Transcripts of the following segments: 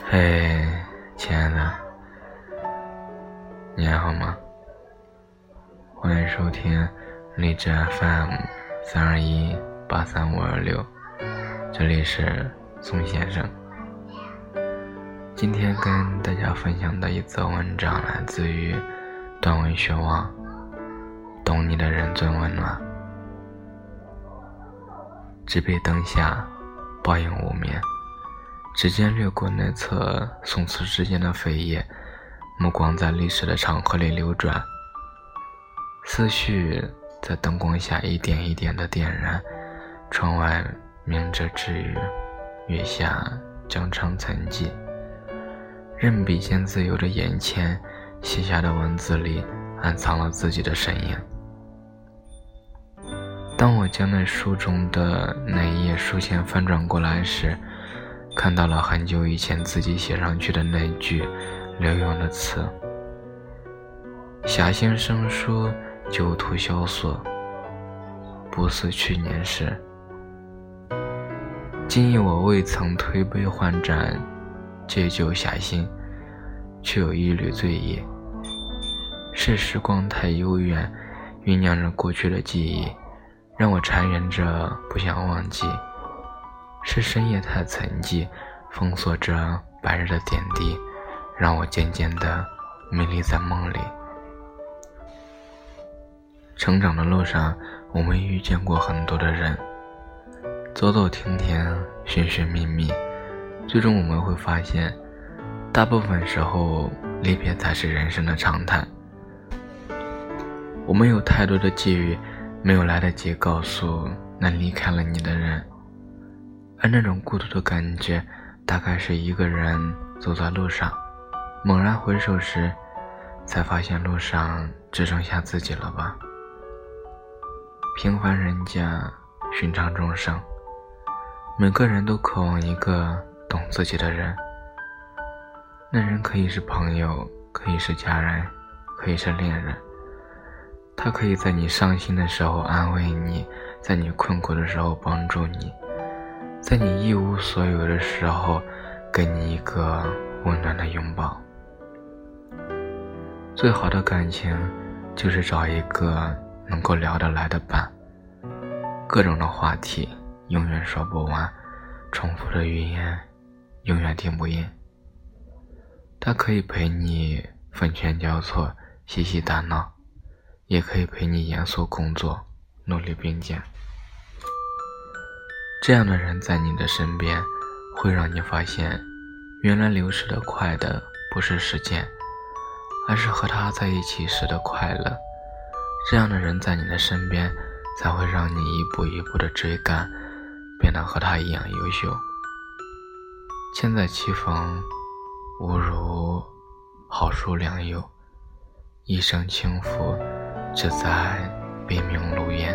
嘿，亲爱的，你还好吗？欢迎收听荔枝 FM321-83526，这里是宋先生。今天跟大家分享的一则文章来自于段文学网，懂你的人最温暖。只被灯下报应无眠，指尖掠过那侧宋词之间的扉页，目光在历史的长河里流转，思绪在灯光下一点一点的点燃。窗外明着之雨，月下江城沉寂，任笔尖自由的眼前写下的文字里暗藏了自己的身影。当我将那书中的那一页书签翻转过来时，看到了很久以前自己写上去的那句留用的词：侠心生疏，旧图萧索，不似去年时。今日我未曾推杯换盏，借酒侠心，却有一缕醉意。是时光太悠远，酝酿着过去的记忆，让我缠绵着不想忘记。是深夜太沉寂，封锁着白日的点滴，让我渐渐地迷离在梦里。成长的路上，我们遇见过很多的人，走走停停，寻寻觅觅，最终我们会发现，大部分时候离别才是人生的常态。我们有太多的际遇没有来得及告诉那离开了你的人，而那种孤独的感觉，大概是一个人走在路上，猛然回首时，才发现路上只剩下自己了吧。平凡人家，寻常众生，每个人都渴望一个懂自己的人。那人可以是朋友，可以是家人，可以是恋人。他可以在你伤心的时候安慰你，在你困苦的时候帮助你，在你一无所有的时候给你一个温暖的拥抱。最好的感情就是找一个能够聊得来的伴，各种的话题永远说不完，重复的语言永远听不厌。他可以陪你分权交错，嬉戏打闹，也可以陪你严肃工作，努力并肩。这样的人在你的身边，会让你发现，原来流逝的快的不是时间，而是和他在一起时的快乐。这样的人在你的身边，才会让你一步一步的追赶，变得和他一样优秀。千载棋逢，无如好书良友，一生轻浮，只在悲鸣路烟。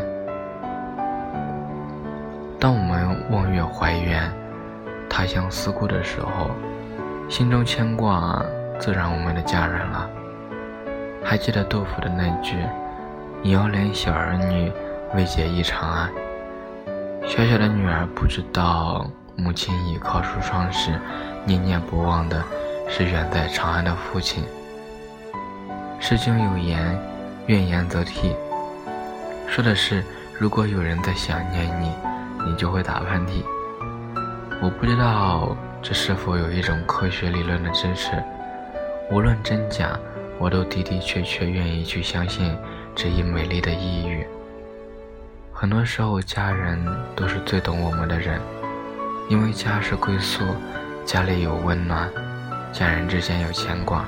当我们望月怀远，他乡思故的时候，心中牵挂自然我们的家人了。还记得杜甫的那句：你要怜小儿女，未解忆长安。小小的女儿不知道，母亲倚靠书窗时，念念不忘的是远在长安的父亲。诗经有言：怨言则涕，说的是如果有人在想念你，你就会打喷嚏。我不知道这是否有一种科学理论的支持，无论真假，我都的的确确愿意去相信这一美丽的抑郁。很多时候，家人都是最懂我们的人，因为家是归宿，家里有温暖，家人之间有牵挂。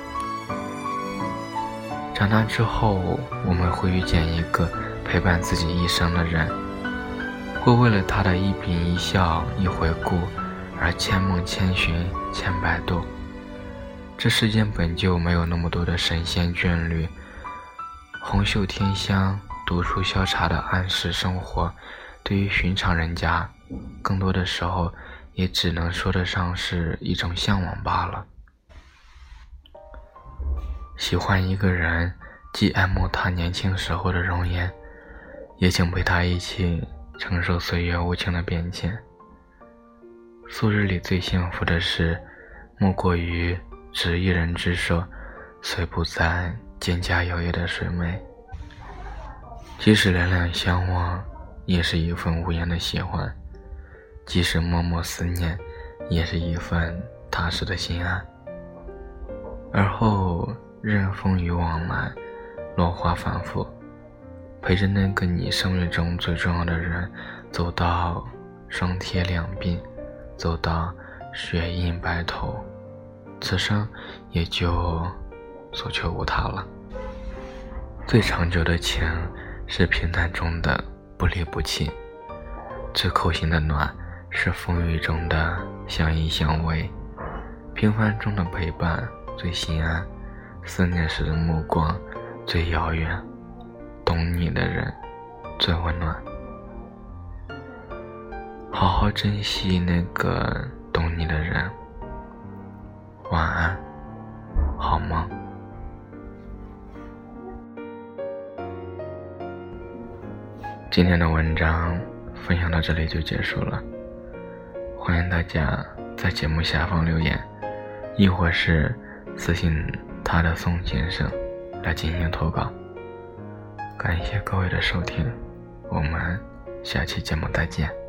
长大之后，我们会遇见一个陪伴自己一生的人，会为了他的一颦一笑一回顾而千梦千寻千百度。这世间本就没有那么多的神仙眷侣，红袖添香读书消茶的安适生活，对于寻常人家，更多的时候也只能说得上是一种向往罢了。喜欢一个人，既爱慕他年轻时候的容颜，也请陪他一起承受岁月无情的变迁。素日里最幸福的事， 莫过于执一人之手，虽不在蒹葭摇曳的水湄。即使两两相望，也是一份无言的喜欢；即使默默思念，也是一份踏实的心安。而后任风雨往来，落花反复，陪着那个你生命中最重要的人，走到霜贴两鬓，走到雪映白头，此生也就所求无他了。最长久的情是平淡中的不离不弃，最扣心的暖是风雨中的相依相偎，平凡中的陪伴最心安，思念时的目光最遥远，懂你的人最温暖。好好珍惜那个懂你的人，晚安，好梦。今天的文章分享到这里就结束了，欢迎大家在节目下方留言，亦或是私信他的宋先生来进行投稿。感谢各位的收听，我们下期节目再见。